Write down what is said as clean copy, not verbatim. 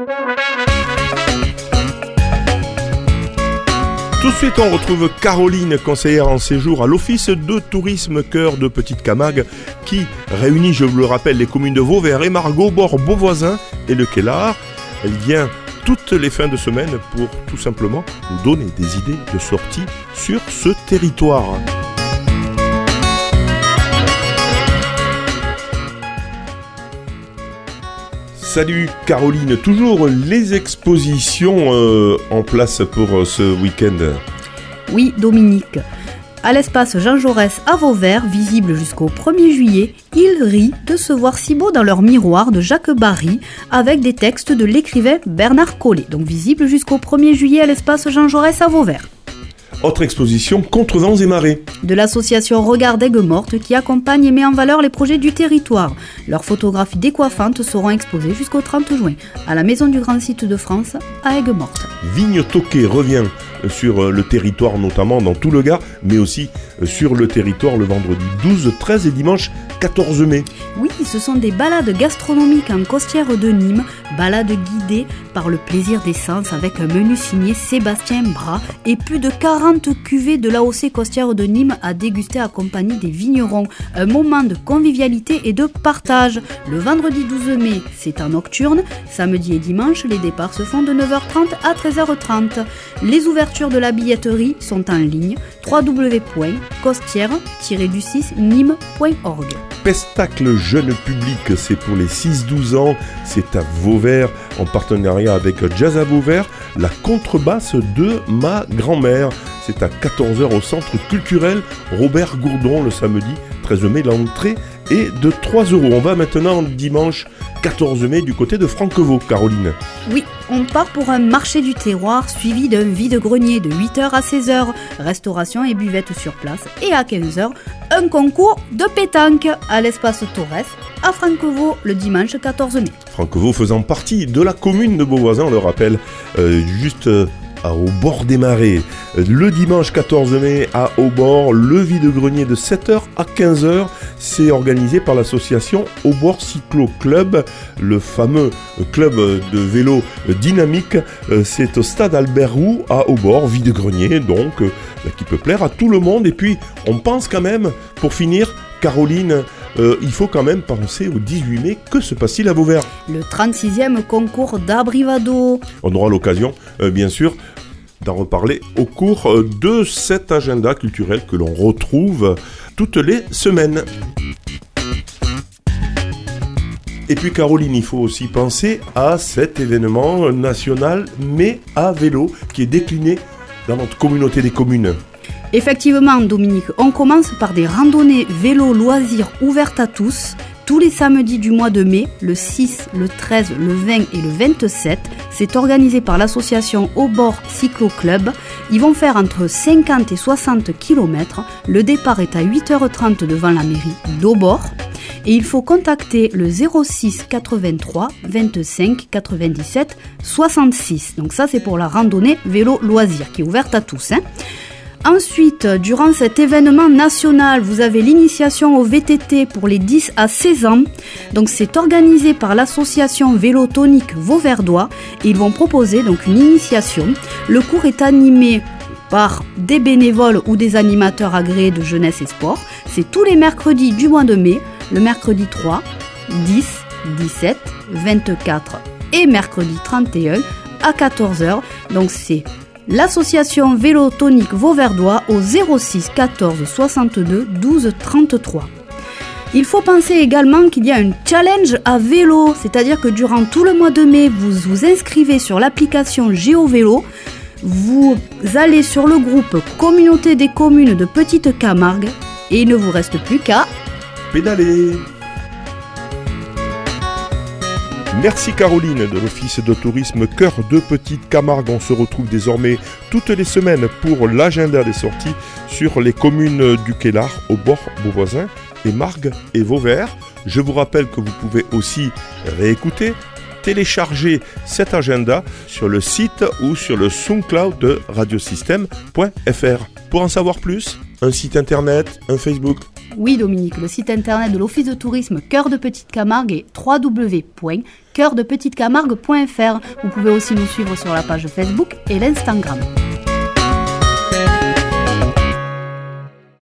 Tout de suite, on retrouve Caroline, conseillère en séjour à l'Office de tourisme Cœur de Petite Camargue, qui réunit, je vous le rappelle, les communes de Vauvert et Margaux, Bord, Beauvoisin et Le Quélard. Elle vient toutes les fins de semaine pour tout simplement nous donner des idées de sortie sur ce territoire. Salut Caroline, toujours les expositions en place pour ce week-end. Oui Dominique, à l'espace Jean Jaurès à Vauvert, visible jusqu'au 1er juillet, ils rient de se voir si beau dans leur miroir de Jacques Barry avec des textes de l'écrivain Bernard Collet, donc visible jusqu'au 1er juillet à l'espace Jean Jaurès à Vauvert. Autre exposition, Contre vents et marées. De l'association Regard d'Aigues-Mortes qui accompagne et met en valeur les projets du territoire. Leurs photographies décoiffantes seront exposées jusqu'au 30 juin à la Maison du Grand Site de France à Aigues-Mortes. Vigne Toquet revient sur le territoire, notamment dans tout le Gard, mais aussi sur le territoire le vendredi 12, 13 et dimanche 14 mai. Oui, ce sont des balades gastronomiques en costière de Nîmes, balades guidées par le plaisir des sens avec un menu signé Sébastien Bras et plus de 40 cuvées de l'AOC costière de Nîmes à déguster accompagné des vignerons. Un moment de convivialité et de partage. Le vendredi 12 mai, c'est en nocturne. Samedi et dimanche, les départs se font de 9h30 à 13h30. Les ouvertures de la billetterie sont en ligne www.costière-du6nîmes.org. Pestacle jeune public, c'est pour les 6-12 ans, c'est à Vauvert, en partenariat avec Jazz à Vauvert, la contrebasse de ma grand-mère. C'est à 14h au centre culturel Robert Gourdon le samedi 13 mai, l'entrée est de 3 €. On va maintenant dimanche 14 mai du côté de Franquevaux, Caroline. Oui, on part pour un marché du terroir suivi d'un vide-grenier de 8h à 16h, restauration et buvette sur place, et à 15h, un concours de pétanque à l'espace Torres à Franquevaux le dimanche 14 mai. Franquevaux faisant partie de la commune de Beauvoisin, on le rappelle, juste au bord des marais. Le dimanche 14 mai à Aubord, le vide-grenier de 7h à 15h, c'est organisé par l'association Aubord Cyclo Club, le fameux club de vélo dynamique. C'est au stade Albert Roux à Aubord, vide-grenier donc, qui peut plaire à tout le monde. Et puis on pense quand même, pour finir, Caroline, il faut quand même penser au 18 mai. Que se passe-t-il à Vauvert ? Le 36e concours d'Abrivado. On aura l'occasion, bien sûr, d'en reparler au cours de cet agenda culturel que l'on retrouve toutes les semaines. Et puis Caroline, il faut aussi penser à cet événement national mais à vélo qui est décliné dans notre communauté des communes. Effectivement Dominique, on commence par des randonnées vélo loisirs ouvertes à tous, tous les samedis du mois de mai, le 6, le 13, le 20 et le 27. C'est organisé par l'association Aubord Cyclo Club. Ils vont faire entre 50 et 60 km. Le départ est à 8h30 devant la mairie d'Aubord. Et il faut contacter le 06 83 25 97 66. Donc ça c'est pour la randonnée vélo loisirs qui est ouverte à tous. Ensuite, durant cet événement national, vous avez l'initiation au VTT pour les 10 à 16 ans. Donc c'est organisé par l'association Vélo Tonique Vauverdois et ils vont proposer donc une initiation. Le cours est animé par des bénévoles ou des animateurs agréés de jeunesse et sport. C'est tous les mercredis du mois de mai, le mercredi 3, 10, 17, 24 et mercredi 31 à 14h. Donc c'est l'association Vélo Tonique Vauverdois au 06 14 62 12 33. Il faut penser également qu'il y a un challenge à vélo, c'est-à-dire que durant tout le mois de mai, vous vous inscrivez sur l'application GeoVélo, vous allez sur le groupe Communauté des communes de Petite Camargue et il ne vous reste plus qu'à pédaler. Merci Caroline de l'Office de tourisme Cœur de Petite Camargue. On se retrouve désormais toutes les semaines pour l'agenda des sorties sur les communes du Quélard, Aubord, Beauvoisin et Margues et Vauvert. Je vous rappelle que vous pouvez aussi réécouter, télécharger cet agenda sur le site ou sur le SoundCloud de radiosystème.fr. Pour en savoir plus, un site internet, un Facebook, Oui Dominique, le site internet de l'Office de tourisme Cœur de Petite Camargue est www.coeurdepetitecamargue.fr. Vous pouvez aussi nous suivre sur la page Facebook et l'Instagram.